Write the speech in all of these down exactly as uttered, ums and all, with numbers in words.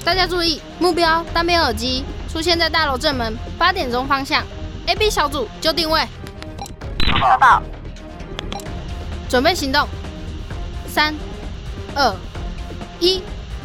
大家注意，目标单边耳机出现在大楼正门八点钟方向。A、B 小组就定位。 收到。 准备行动。三、二、一。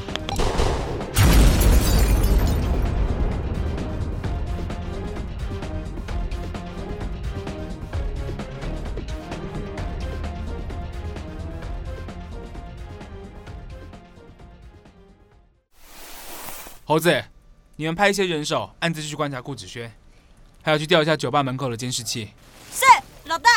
猴子，你们派一些人手暗自去观察顾子轩，还要去调一下酒吧门口的监视器。 是，老大。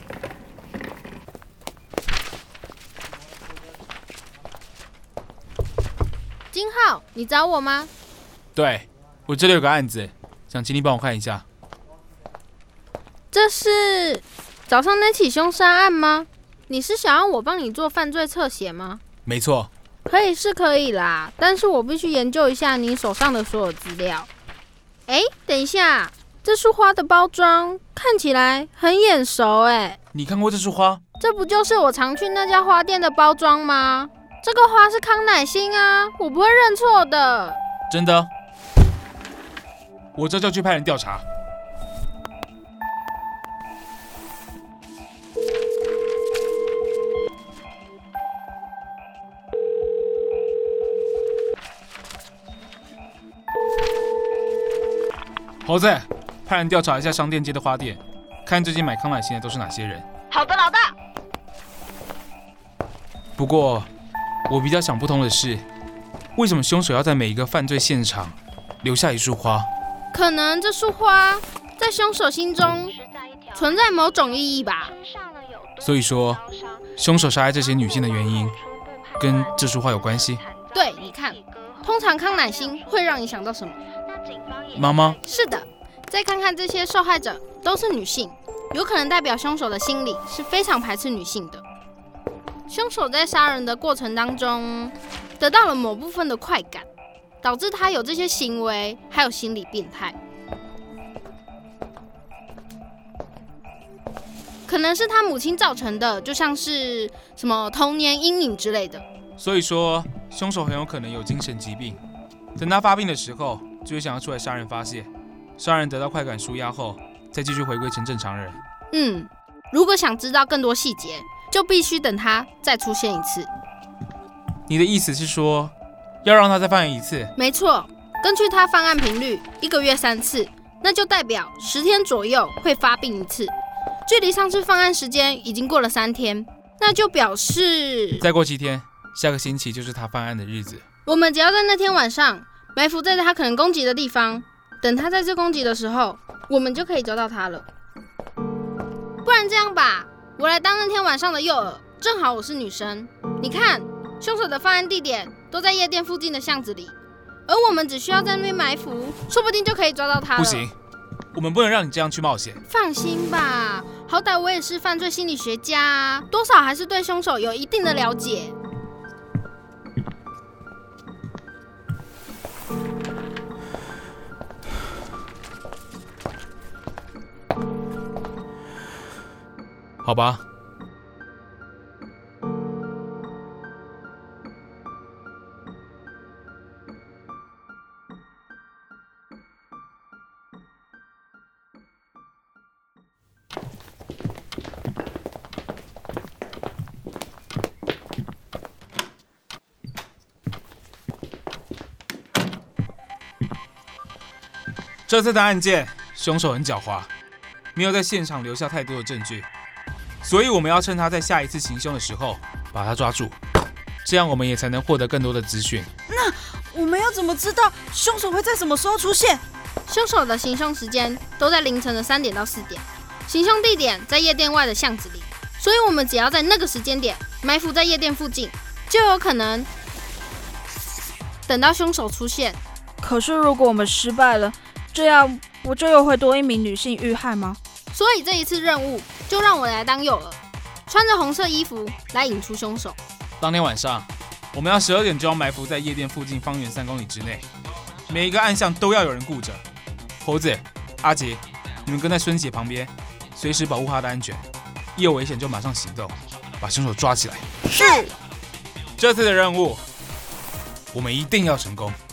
金浩，你找我吗？ 对，我这里有个案子，想请你帮我看一下。 这是早上那起凶杀案吗？你是想要我帮你做犯罪侧写吗？ 没错。 可以是可以啦，但是我必须研究一下你手上的所有资料。哎，等一下，这束花的包装看起来很眼熟哎。 你看过这束花？ 这不就是我常去那家花店的包装吗？这个花是康乃馨啊，我不会认错的。 真的？我这就去派人调查。猴子，派人调查一下商店街的花店，看最近买康乃馨的都是哪些人。 好的，老大。 不过，我比较想不通的是，为什么凶手要在每一个犯罪现场留下一束花？ 可能这束花在凶手心中存在某种意义吧。 所以说，凶手杀害这些女性的原因跟这束花有关系？ 对，你看，通常康乃馨会让你想到什么？ 妈妈？ 是的，再看看这些受害者都是女性，有可能代表凶手的心里是非常排斥女性的。凶手在杀人的过程当中得到了某部分的快感，导致他有这些行为，还有心理变态。可能是他母亲造成的，就像是什么童年阴影之类的。 所以说，凶手很有可能有精神疾病，等他发病的时候，就会想要出来杀人发泄，杀人得到快感抒压后，再继续回归成正常人。 嗯，如果想知道更多细节，就必须等他再出现一次。 你的意思是说，要让他再犯一次？ 没错，根据他犯案频率，一个月三次，那就代表十天左右会发病一次。距离上次犯案时间已经过了三天，那就表示再过七天，下个星期就是他犯案的日子。 我们只要在那天晚上埋伏在他可能攻击的地方，等他再次攻击的时候，我们就可以抓到他了。不然这样吧，我来当那天晚上的诱饵，正好我是女生。你看，凶手的犯案地点都在夜店附近的巷子里，而我们只需要在那边埋伏，说不定就可以抓到他了。 不行，我们不能让你这样去冒险。 放心吧，好歹我也是犯罪心理学家啊，多少还是对凶手有一定的了解。 好吧。这次的案件，凶手很狡猾，没有在现场留下太多的证据。所以我们要趁他在下一次行凶的时候把他抓住，这样我们也才能获得更多的资讯。 那我们要怎么知道凶手会在什么时候出现？ 凶手的行凶时间都在凌晨的三点到四点，行凶地点在夜店外的巷子里，所以我们只要在那个时间点埋伏在夜店附近，就有可能等到凶手出现。 可是如果我们失败了，这样不就又会多一名女性遇害吗？ 所以这一次任务就让我来当诱饵，穿着红色衣服来引出凶手。 当天晚上，我们要十二点就要埋伏在夜店附近方圆三公里之内，每一个暗巷都要有人顾着。猴子、阿杰，你们跟在孙姐旁边，随时保护她的安全，一有危险就马上行动，把凶手抓起来。 是。 这次的任务，我们一定要成功。